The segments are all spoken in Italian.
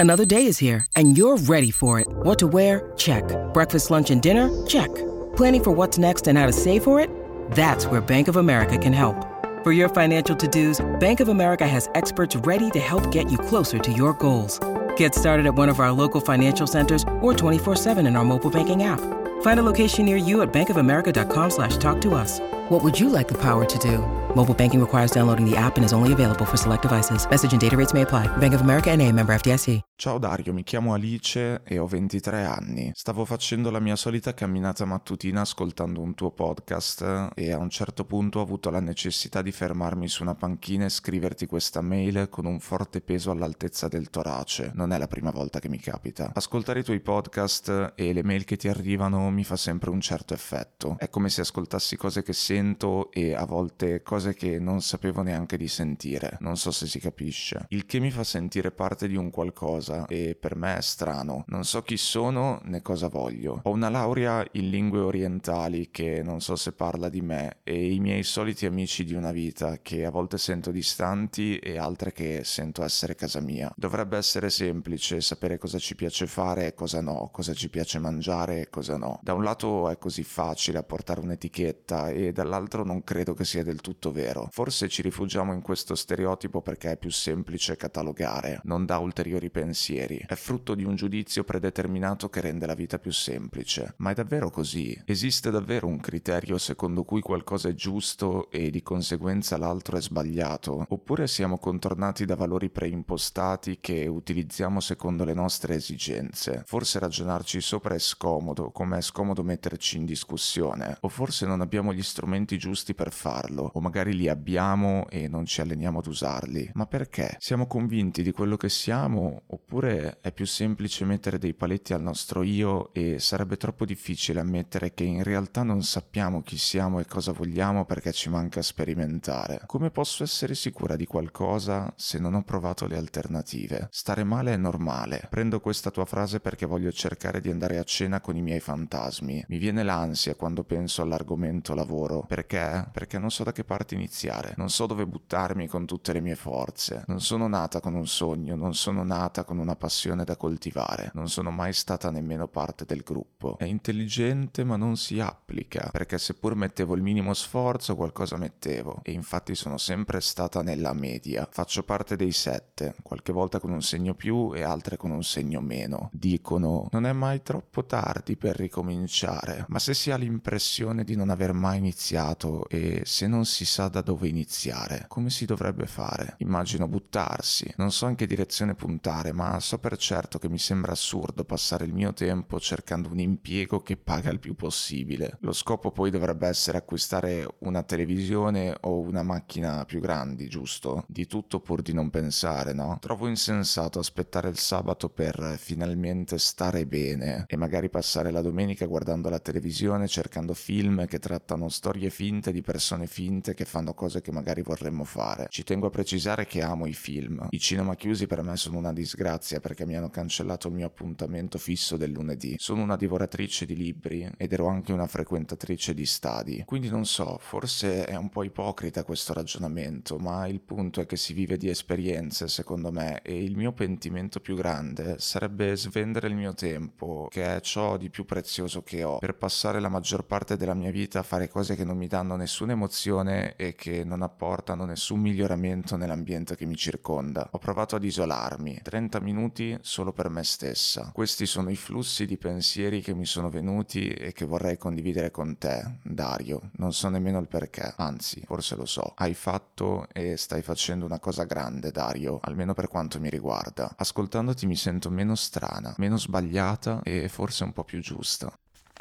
Another day is here, and you're ready for it. What to wear? Check. Breakfast, lunch, and dinner? Check. Planning for what's next and how to save for it? That's where Bank of America can help. For your financial to-dos, Bank of America has experts ready to help get you closer to your goals. Get started at one of our local financial centers or 24/7 in our mobile banking app. Find a location near you at bankofamerica.com/talktous. What would you like the power to do? Mobile banking requires downloading the app and is only available for select devices. Message and data rates may apply. Bank of America N.A., member FDIC. Ciao Dario, mi chiamo Alice e ho 23 anni. Stavo facendo la mia solita camminata mattutina ascoltando un tuo podcast e a un certo punto ho avuto la necessità di fermarmi su una panchina e scriverti questa mail con un forte peso all'altezza del torace. Non è la prima volta che mi capita. Ascoltare i tuoi podcast e le mail che ti arrivano mi fa sempre un certo effetto. È come se ascoltassi cose che sento e a volte cose che non sapevo neanche di sentire. Non so se si capisce. Il che mi fa sentire parte di un qualcosa e per me è strano. Non so chi sono né cosa voglio. Ho una laurea in lingue orientali che non so se parla di me e i miei soliti amici di una vita che a volte sento distanti e altre che sento essere casa mia. Dovrebbe essere semplice sapere cosa ci piace fare e cosa no, cosa ci piace mangiare e cosa no. Da un lato è così facile apportare un'etichetta e dall'altro non credo che sia del tutto vero. Forse ci rifugiamo in questo stereotipo perché è più semplice catalogare, non dà ulteriori pensieri. È frutto di un giudizio predeterminato che rende la vita più semplice. Ma è davvero così? Esiste davvero un criterio secondo cui qualcosa è giusto e di conseguenza l'altro è sbagliato? Oppure siamo contornati da valori preimpostati che utilizziamo secondo le nostre esigenze? Forse ragionarci sopra è scomodo, come è scomodo metterci in discussione. O forse non abbiamo gli strumenti giusti per farlo, o magari li abbiamo e non ci alleniamo ad usarli. Ma perché? Siamo convinti di quello che siamo? Oppure è più semplice mettere dei paletti al nostro io e sarebbe troppo difficile ammettere che in realtà non sappiamo chi siamo e cosa vogliamo perché ci manca sperimentare. Come posso essere sicura di qualcosa se non ho provato le alternative? Stare male è normale. Prendo questa tua frase perché voglio cercare di andare a cena con i miei fantasmi. Mi viene l'ansia quando penso all'argomento lavoro. Perché? Perché non so da che parte iniziare. Non so dove buttarmi con tutte le mie forze. Non sono nata con un sogno, non sono nata con una passione da coltivare. Non sono mai stata nemmeno parte del gruppo. È intelligente ma non si applica, perché seppur mettevo il minimo sforzo qualcosa mettevo, e infatti sono sempre stata nella media. Faccio parte dei 7, qualche volta con un segno più e altre con un segno meno. Dicono, non è mai troppo tardi per ricominciare, ma se si ha l'impressione di non aver mai iniziato e se non si sa da dove iniziare, come si dovrebbe fare? Immagino buttarsi, non so in che direzione puntare, ma so per certo che mi sembra assurdo passare il mio tempo cercando un impiego che paga il più possibile. Lo scopo poi dovrebbe essere acquistare una televisione o una macchina più grandi, giusto? Di tutto pur di non pensare, no? Trovo insensato aspettare il sabato per finalmente stare bene e magari passare la domenica guardando la televisione cercando film che trattano storie finte di persone finte che fanno cose che magari vorremmo fare. Ci tengo a precisare che amo i film. I cinema chiusi per me sono una disgrazia perché mi hanno cancellato il mio appuntamento fisso del lunedì. Sono una divoratrice di libri ed ero anche una frequentatrice di stadi. Quindi non so, forse è un po' ipocrita questo ragionamento, ma il punto è che si vive di esperienze, secondo me, e il mio pentimento più grande sarebbe svendere il mio tempo, che è ciò di più prezioso che ho, per passare la maggior parte della mia vita a fare cose che non mi danno nessuna emozione e che non apportano nessun miglioramento nell'ambiente che mi circonda. Ho provato ad isolarmi, 30 minuti solo per me stessa. Questi sono i flussi di pensieri che mi sono venuti e che vorrei condividere con te, Dario. Non so nemmeno il perché, anzi, forse lo so. Hai fatto e stai facendo una cosa grande, Dario, almeno per quanto mi riguarda. Ascoltandoti mi sento meno strana, meno sbagliata e forse un po' più giusta.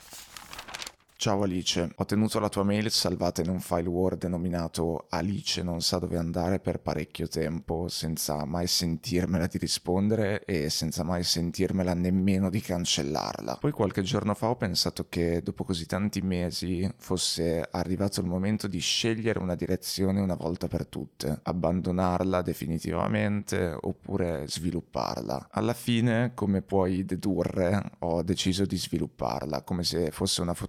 Ciao Alice, ho tenuto la tua mail salvata in un file Word denominato Alice non sa dove andare per parecchio tempo, senza mai sentirmela di rispondere e senza mai sentirmela nemmeno di cancellarla. Poi qualche giorno fa ho pensato che dopo così tanti mesi fosse arrivato il momento di scegliere una direzione una volta per tutte, abbandonarla definitivamente oppure svilupparla. Alla fine, come puoi dedurre, ho deciso di svilupparla, come se fosse una fotografia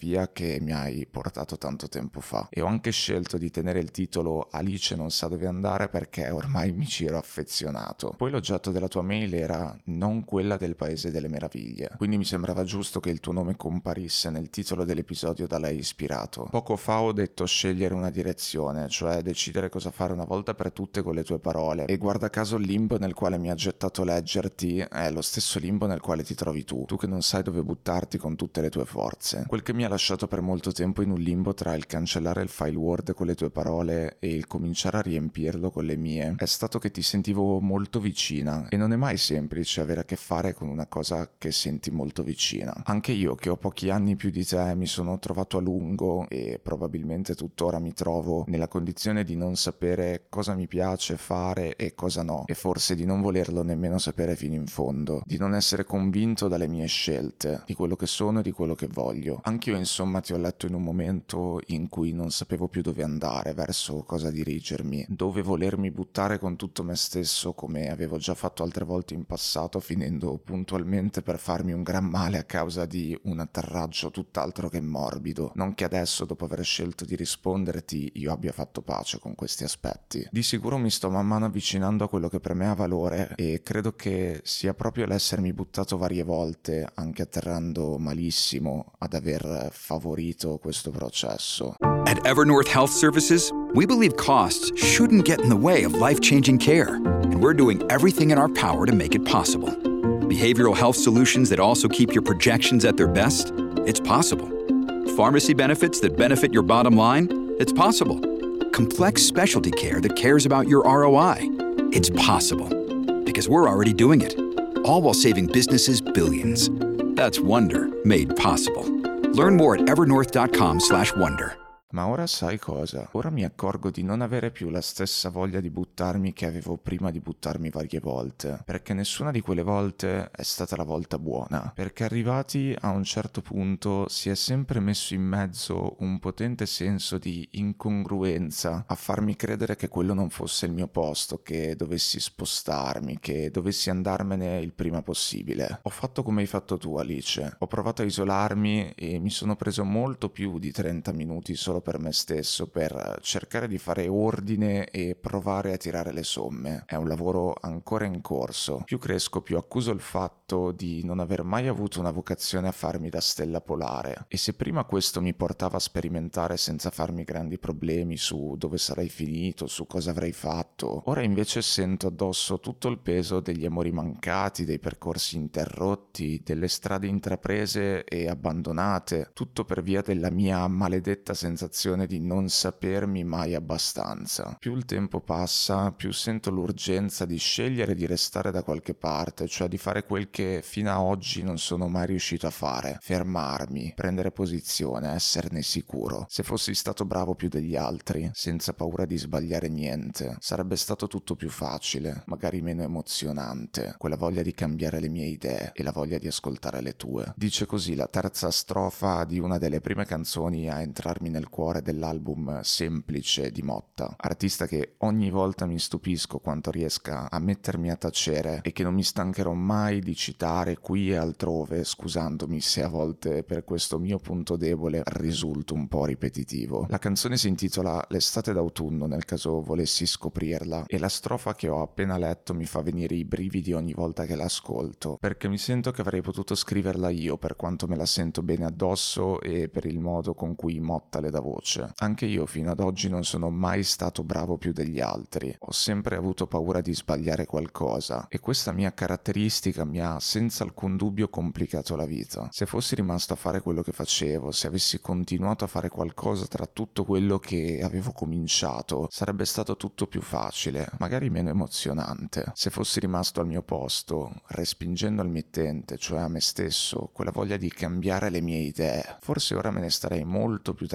biografia che mi hai portato tanto tempo fa. E ho anche scelto di tenere il titolo Alice non sa dove andare perché ormai mi ci ero affezionato. Poi l'oggetto della tua mail era non quella del Paese delle Meraviglie, quindi mi sembrava giusto che il tuo nome comparisse nel titolo dell'episodio da lei ispirato. Poco fa ho detto scegliere una direzione, cioè decidere cosa fare una volta per tutte con le tue parole, e guarda caso il limbo nel quale mi ha gettato leggerti è lo stesso limbo nel quale ti trovi tu che non sai dove buttarti con tutte le tue forze. Quel che mi ha lasciato per molto tempo in un limbo tra il cancellare il file Word con le tue parole e il cominciare a riempirlo con le mie è stato che ti sentivo molto vicina, e non è mai semplice avere a che fare con una cosa che senti molto vicina. Anche io, che ho pochi anni più di te, mi sono trovato a lungo, e probabilmente tuttora mi trovo, nella condizione di non sapere cosa mi piace fare e cosa no, e forse di non volerlo nemmeno sapere fino in fondo, di non essere convinto dalle mie scelte, di quello che sono e di quello che voglio. Anch'io insomma ti ho letto in un momento in cui non sapevo più dove andare, verso cosa dirigermi, dove volermi buttare con tutto me stesso, come avevo già fatto altre volte in passato, finendo puntualmente per farmi un gran male a causa di un atterraggio tutt'altro che morbido. Non che adesso, dopo aver scelto di risponderti, io abbia fatto pace con questi aspetti. Di sicuro mi sto man mano avvicinando a quello che per me ha valore, e credo che sia proprio l'essermi buttato varie volte, anche atterrando malissimo, ad aver favorito questo processo. At Evernorth Health Services, we believe costs shouldn't get in the way of life-changing care, and we're doing everything in our power to make it possible. Behavioral health solutions that also keep your projections at their best? It's possible. Pharmacy benefits that benefit your bottom line? It's possible. Complex specialty care that cares about your ROI? It's possible. Because we're already doing it. All while saving businesses billions. That's Wonder made possible. Learn more at evernorth.com/wonder. Ma ora sai cosa? Ora mi accorgo di non avere più la stessa voglia di buttarmi che avevo prima di buttarmi varie volte, perché nessuna di quelle volte è stata la volta buona, perché arrivati a un certo punto si è sempre messo in mezzo un potente senso di incongruenza a farmi credere che quello non fosse il mio posto, che dovessi spostarmi, che dovessi andarmene il prima possibile. Ho fatto come hai fatto tu, Alice. Ho provato a isolarmi e mi sono preso molto più di 30 minuti solo per me stesso, per cercare di fare ordine e provare a tirare le somme. È un lavoro ancora in corso. Più cresco, più accuso il fatto di non aver mai avuto una vocazione a farmi da stella polare. E se prima questo mi portava a sperimentare senza farmi grandi problemi su dove sarei finito, su cosa avrei fatto, ora invece sento addosso tutto il peso degli amori mancati, dei percorsi interrotti, delle strade intraprese e abbandonate, tutto per via della mia maledetta sensazione di non sapermi mai abbastanza. Più il tempo passa, più sento l'urgenza di scegliere di restare da qualche parte, cioè di fare quel che fino a oggi non sono mai riuscito a fare: fermarmi, prendere posizione, esserne sicuro. Se fossi stato bravo più degli altri, senza paura di sbagliare niente, sarebbe stato tutto più facile, magari meno emozionante, quella voglia di cambiare le mie idee e la voglia di ascoltare le tue. Dice così la terza strofa di una delle prime canzoni a entrarmi nel cuore dell'album Semplice di Motta, artista che ogni volta mi stupisco quanto riesca a mettermi a tacere e che non mi stancherò mai di citare qui e altrove, scusandomi se a volte per questo mio punto debole risulto un po' ripetitivo. La canzone si intitola L'estate d'autunno, nel caso volessi scoprirla, e la strofa che ho appena letto mi fa venire i brividi ogni volta che l'ascolto, perché mi sento che avrei potuto scriverla io, per quanto me la sento bene addosso e per il modo con cui Motta le dà voce. Anche io fino ad oggi non sono mai stato bravo più degli altri, ho sempre avuto paura di sbagliare qualcosa, e questa mia caratteristica mi ha senza alcun dubbio complicato la vita. Se fossi rimasto a fare quello che facevo, se avessi continuato a fare qualcosa tra tutto quello che avevo cominciato, sarebbe stato tutto più facile, magari meno emozionante. Se fossi rimasto al mio posto, respingendo al mittente, cioè a me stesso, quella voglia di cambiare le mie idee, forse ora me ne starei molto più tranquillo,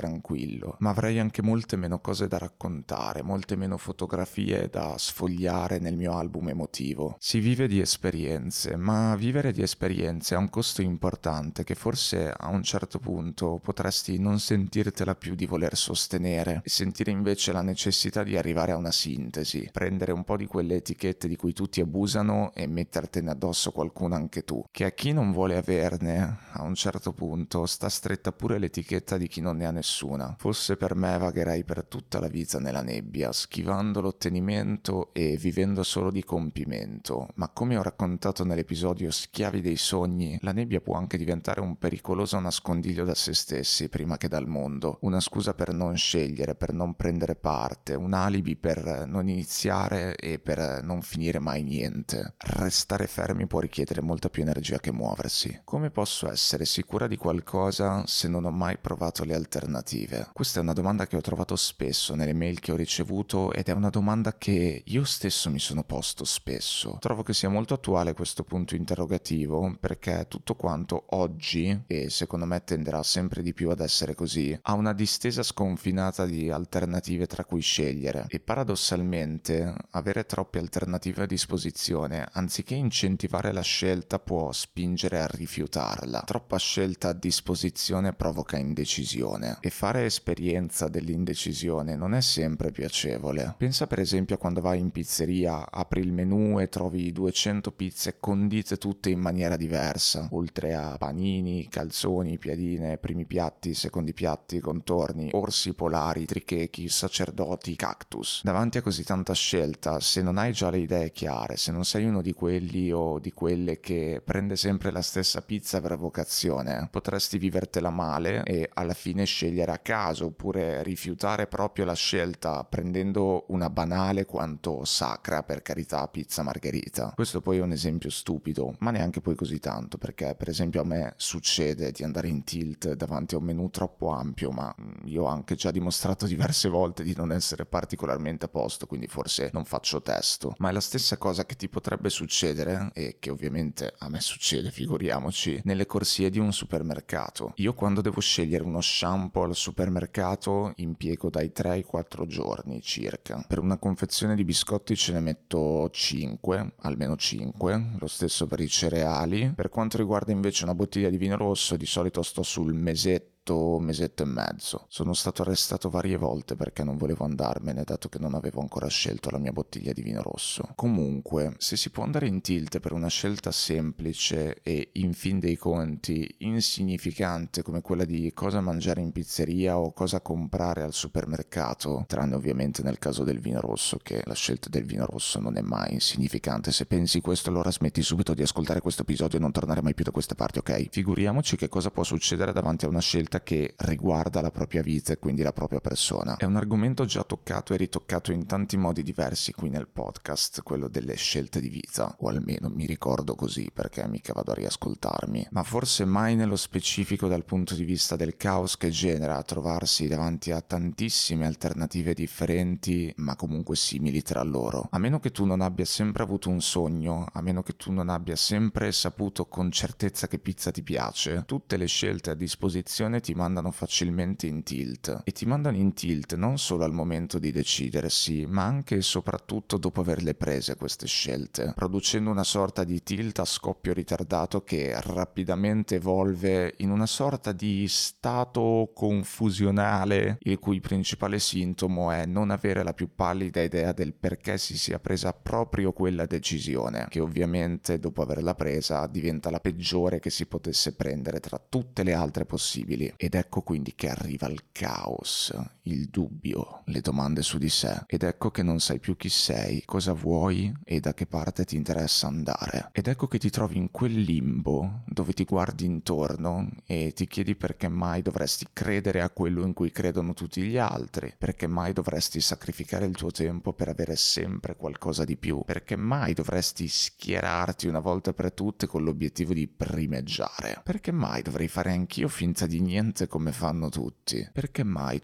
tranquillo, ma avrei anche molte meno cose da raccontare, molte meno fotografie da sfogliare nel mio album emotivo. Si vive di esperienze, ma vivere di esperienze ha un costo importante che forse a un certo punto potresti non sentirtela più di voler sostenere e sentire invece la necessità di arrivare a una sintesi, prendere un po' di quelle etichette di cui tutti abusano e mettertene addosso qualcuna anche tu, che a chi non vuole averne a un certo punto sta stretta pure l'etichetta di chi non ne ha nessuna. Fosse per me vagherei per tutta la vita nella nebbia, schivando l'ottenimento e vivendo solo di compimento, ma come ho raccontato nell'episodio Schiavi dei sogni, la nebbia può anche diventare un pericoloso nascondiglio da se stessi prima che dal mondo, una scusa per non scegliere, per non prendere parte, un alibi per non iniziare e per non finire mai niente. Restare fermi può richiedere molta più energia che muoversi. Come posso essere sicura di qualcosa se non ho mai provato le alternative? Questa è una domanda che ho trovato spesso nelle mail che ho ricevuto ed è una domanda che io stesso mi sono posto spesso. Trovo che sia molto attuale questo punto interrogativo perché tutto quanto oggi, e secondo me tenderà sempre di più ad essere così, ha una distesa sconfinata di alternative tra cui scegliere e paradossalmente avere troppe alternative a disposizione anziché incentivare la scelta può spingere a rifiutarla. Troppa scelta a disposizione provoca indecisione e fare esperienza dell'indecisione non è sempre piacevole. Pensa per esempio a quando vai in pizzeria, apri il menù e trovi 200 pizze condite tutte in maniera diversa, oltre a panini, calzoni, piadine, primi piatti, secondi piatti, contorni, orsi polari, trichechi, sacerdoti, cactus. Davanti a così tanta scelta, se non hai già le idee chiare, se non sei uno di quelli o di quelle che prende sempre la stessa pizza per vocazione, potresti vivertela male e alla fine scegliere a caso oppure rifiutare proprio la scelta prendendo una banale quanto sacra, per carità, pizza margherita. Questo poi è un esempio stupido, ma neanche poi così tanto, perché per esempio a me succede di andare in tilt davanti a un menù troppo ampio, ma io ho anche già dimostrato diverse volte di non essere particolarmente a posto, quindi forse non faccio testo. Ma è la stessa cosa che ti potrebbe succedere, e che ovviamente a me succede, figuriamoci, nelle corsie di un supermercato. Io quando devo scegliere uno shampoo al supermercato impiego dai 3 ai 4 giorni circa. Per una confezione di biscotti ce ne metto 5, almeno 5, lo stesso per i cereali. Per quanto riguarda invece una bottiglia di vino rosso, di solito sto sul mesetto e mezzo. Sono stato arrestato varie volte perché non volevo andarmene, dato che non avevo ancora scelto la mia bottiglia di vino rosso. Comunque, se si può andare in tilt per una scelta semplice e in fin dei conti insignificante come quella di cosa mangiare in pizzeria o cosa comprare al supermercato, tranne ovviamente nel caso del vino rosso, che la scelta del vino rosso non è mai insignificante. Se pensi questo, allora smetti subito di ascoltare questo episodio e non tornare mai più da queste parti, ok? Figuriamoci che cosa può succedere davanti a una scelta che riguarda la propria vita e quindi la propria persona. È un argomento già toccato e ritoccato in tanti modi diversi qui nel podcast, quello delle scelte di vita, o almeno mi ricordo così perché mica vado a riascoltarmi, ma forse mai nello specifico dal punto di vista del caos che genera trovarsi davanti a tantissime alternative differenti ma comunque simili tra loro. A meno che tu non abbia sempre avuto un sogno, a meno che tu non abbia sempre saputo con certezza che pizza ti piace, tutte le scelte a disposizione ti mandano facilmente in tilt, e ti mandano in tilt non solo al momento di decidersi, ma anche e soprattutto dopo averle prese queste scelte, producendo una sorta di tilt a scoppio ritardato che rapidamente evolve in una sorta di stato confusionale, il cui principale sintomo è non avere la più pallida idea del perché si sia presa proprio quella decisione, che ovviamente dopo averla presa diventa la peggiore che si potesse prendere tra tutte le altre possibili. Ed ecco quindi che arriva il caos, il dubbio, le domande su di sé. Ed ecco che non sai più chi sei, cosa vuoi e da che parte ti interessa andare. Ed ecco che ti trovi in quel limbo dove ti guardi intorno e ti chiedi perché mai dovresti credere a quello in cui credono tutti gli altri, perché mai dovresti sacrificare il tuo tempo per avere sempre qualcosa di più, perché mai dovresti schierarti una volta per tutte con l'obiettivo di primeggiare, perché mai dovrei fare anch'io finta di niente come fanno tutti, perché mai dovrei fare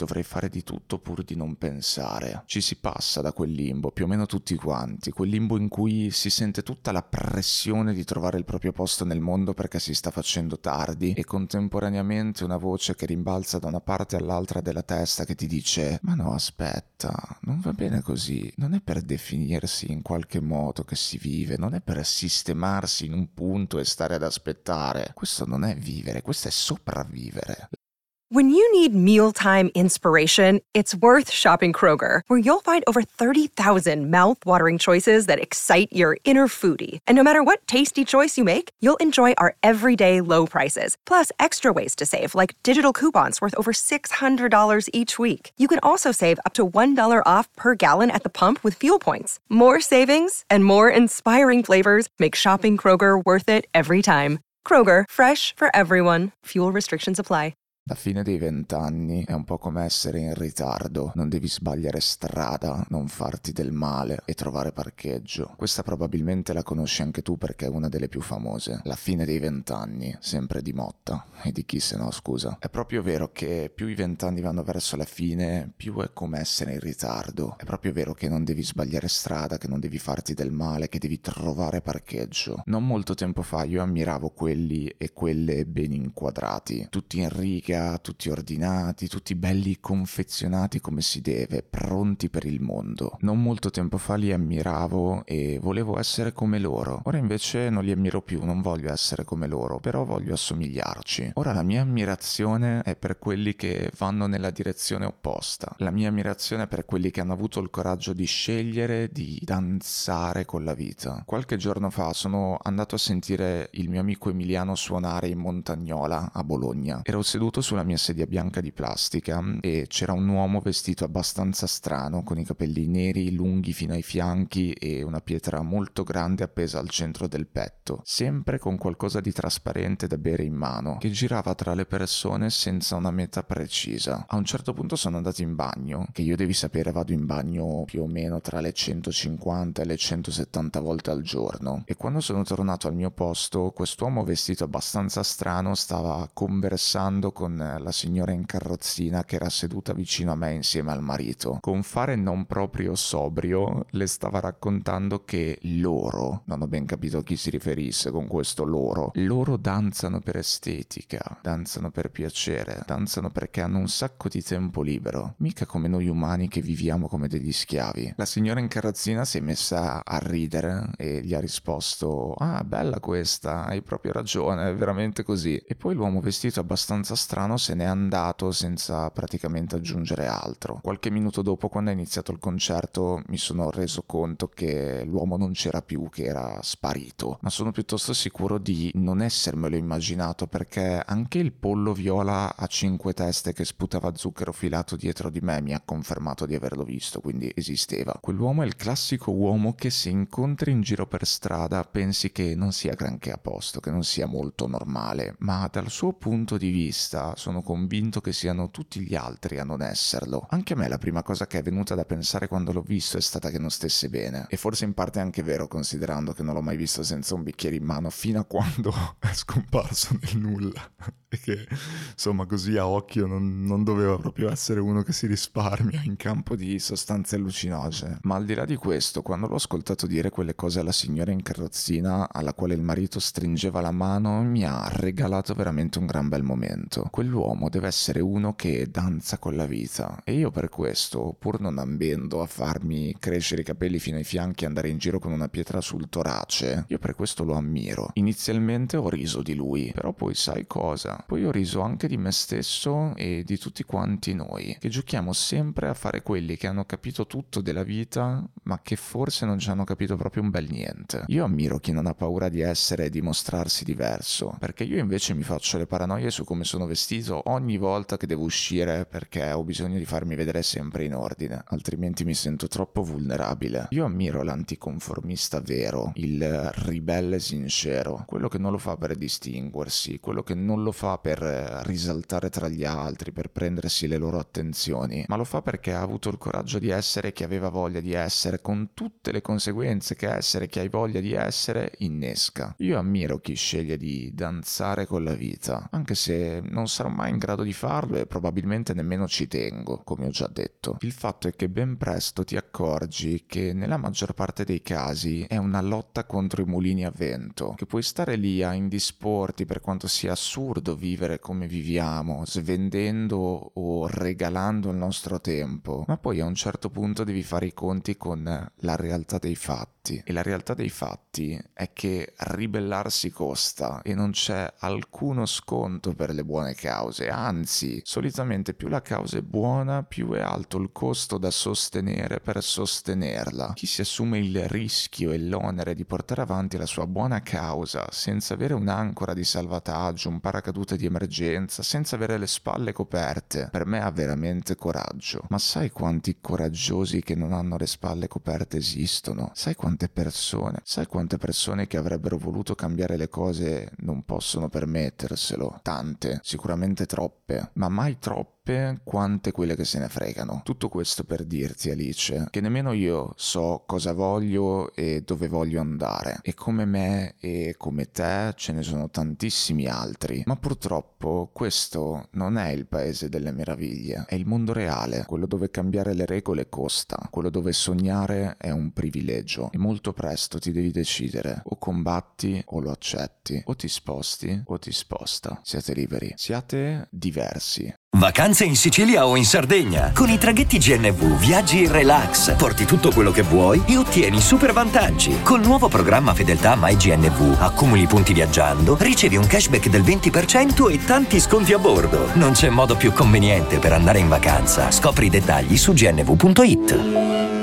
fare di tutto pur di non pensare. Ci si passa da quel limbo, più o meno tutti quanti, quel limbo in cui si sente tutta la pressione di trovare il proprio posto nel mondo perché si sta facendo tardi, e contemporaneamente una voce che rimbalza da una parte all'altra della testa che ti dice: ma no, aspetta, non va bene così, non è per definirsi in qualche modo che si vive, non è per sistemarsi in un punto e stare ad aspettare. Questo non è vivere, questo è sopravvivere. When you need mealtime inspiration, it's worth shopping Kroger, where you'll find over 30,000 mouth-watering choices that excite your inner foodie. And no matter what tasty choice you make, you'll enjoy our everyday low prices, plus extra ways to save, like digital coupons worth over $600 each week. You can also save up to $1 off per gallon at the pump with fuel points. More savings and more inspiring flavors make shopping Kroger worth it every time. Kroger, fresh for everyone. Fuel restrictions apply. La fine dei 20 anni è un po' come essere in ritardo, non devi sbagliare strada, non farti del male e trovare parcheggio. Questa probabilmente la conosci anche tu perché è una delle più famose. La fine dei 20 anni, sempre di Motta, e di chi se no, scusa. È proprio vero che più i 20 anni vanno verso la fine, più è come essere in ritardo. È proprio vero che non devi sbagliare strada, che non devi farti del male, che devi trovare parcheggio. Non molto tempo fa io ammiravo quelli e quelle ben inquadrati, tutti in riga, tutti ordinati, tutti belli confezionati come si deve, pronti per il mondo. Non molto tempo fa li ammiravo e volevo essere come loro. Ora invece non li ammiro più, non voglio essere come loro, però voglio assomigliarci. Ora la mia ammirazione è per quelli che vanno nella direzione opposta. La mia ammirazione è per quelli che hanno avuto il coraggio di scegliere di danzare con la vita. Qualche giorno fa sono andato a sentire il mio amico Emiliano suonare in Montagnola a Bologna. Ero seduto sulla mia sedia bianca di plastica e c'era un uomo vestito abbastanza strano, con i capelli neri lunghi fino ai fianchi e una pietra molto grande appesa al centro del petto, sempre con qualcosa di trasparente da bere in mano, che girava tra le persone senza una meta precisa. A un certo punto sono andato in bagno, che io devi sapere vado in bagno più o meno tra le 150 e le 170 volte al giorno, e quando sono tornato al mio posto quest'uomo vestito abbastanza strano stava conversando con la signora in carrozzina che era seduta vicino a me insieme al marito. Con fare non proprio sobrio le stava raccontando che loro, non ho ben capito a chi si riferisse con questo loro danzano per estetica, danzano per piacere, danzano perché hanno un sacco di tempo libero, mica come noi umani che viviamo come degli schiavi. La signora in carrozzina si è messa a ridere e gli ha risposto: ah, bella questa, hai proprio ragione, è veramente così. E poi l'uomo vestito abbastanza strano se n'è andato senza praticamente aggiungere altro. Qualche minuto dopo, quando è iniziato il concerto, mi sono reso conto che l'uomo non c'era più, che era sparito, ma sono piuttosto sicuro di non essermelo immaginato, perché anche il pollo viola a 5 teste che sputava zucchero filato dietro di me mi ha confermato di averlo visto, quindi esisteva. Quell'uomo è il classico uomo che se incontri in giro per strada pensi che non sia granché a posto, che non sia molto normale, ma dal suo punto di vista sono convinto che siano tutti gli altri a non esserlo. Anche a me la prima cosa che è venuta da pensare quando l'ho visto è stata che non stesse bene, e forse in parte è anche vero, considerando che non l'ho mai visto senza un bicchiere in mano fino a quando è scomparso nel nulla, e che insomma così a occhio non doveva proprio essere uno che si risparmia in campo di sostanze allucinogene. Ma al di là di questo, quando l'ho ascoltato dire quelle cose alla signora in carrozzina alla quale il marito stringeva la mano, mi ha regalato veramente un gran bel momento. Quell'uomo deve essere uno che danza con la vita, e io per questo, pur non ambendo a farmi crescere i capelli fino ai fianchi e andare in giro con una pietra sul torace, io per questo lo ammiro. Inizialmente ho riso di lui, però poi sai cosa? Poi ho riso anche di me stesso e di tutti quanti noi, che giochiamo sempre a fare quelli che hanno capito tutto della vita, ma che forse non ci hanno capito proprio un bel niente. Io ammiro chi non ha paura di essere e di mostrarsi diverso, perché io invece mi faccio le paranoie su come sono vestito ogni volta che devo uscire, perché ho bisogno di farmi vedere sempre in ordine, altrimenti mi sento troppo vulnerabile. Io ammiro l'anticonformista vero, il ribelle sincero, quello che non lo fa per distinguersi, quello che non lo fa fa per risaltare tra gli altri, per prendersi le loro attenzioni, ma lo fa perché ha avuto il coraggio di essere chi aveva voglia di essere, con tutte le conseguenze che essere chi hai voglia di essere innesca. Io ammiro chi sceglie di danzare con la vita, anche se non sarò mai in grado di farlo e probabilmente nemmeno ci tengo, come ho già detto. Il fatto è che ben presto ti accorgi che nella maggior parte dei casi è una lotta contro i mulini a vento, che puoi stare lì a indisporti per quanto sia assurdo vivere come viviamo, svendendo o regalando il nostro tempo, ma poi a un certo punto devi fare i conti con la realtà dei fatti, e la realtà dei fatti è che ribellarsi costa e non c'è alcuno sconto per le buone cause, anzi, solitamente più la causa è buona, più è alto il costo da sostenere per sostenerla. Chi si assume il rischio e l'onere di portare avanti la sua buona causa senza avere un'ancora di salvataggio, un paracadute di emergenza, senza avere le spalle coperte, per me ha veramente coraggio. Ma sai quanti coraggiosi che non hanno le spalle coperte esistono? Sai quante persone che avrebbero voluto cambiare le cose non possono permetterselo? Tante, sicuramente troppe, ma mai troppe quante quelle che se ne fregano. Tutto questo per dirti, Alice, che nemmeno io so cosa voglio e dove voglio andare, e come me e come te ce ne sono tantissimi altri, ma purtroppo questo non è il paese delle meraviglie, è il mondo reale, quello dove cambiare le regole costa, quello dove sognare è un privilegio, e molto presto ti devi decidere: o combatti o lo accetti, o ti sposti o ti sposta. Siate liberi, siate diversi. Vacanze in Sicilia o in Sardegna. Con i traghetti GNV viaggi in relax, porti tutto quello che vuoi e ottieni super vantaggi. Col nuovo programma Fedeltà MyGNV accumuli punti viaggiando, ricevi un cashback del 20% e tanti sconti a bordo. Non c'è modo più conveniente per andare in vacanza. Scopri i dettagli su gnv.it.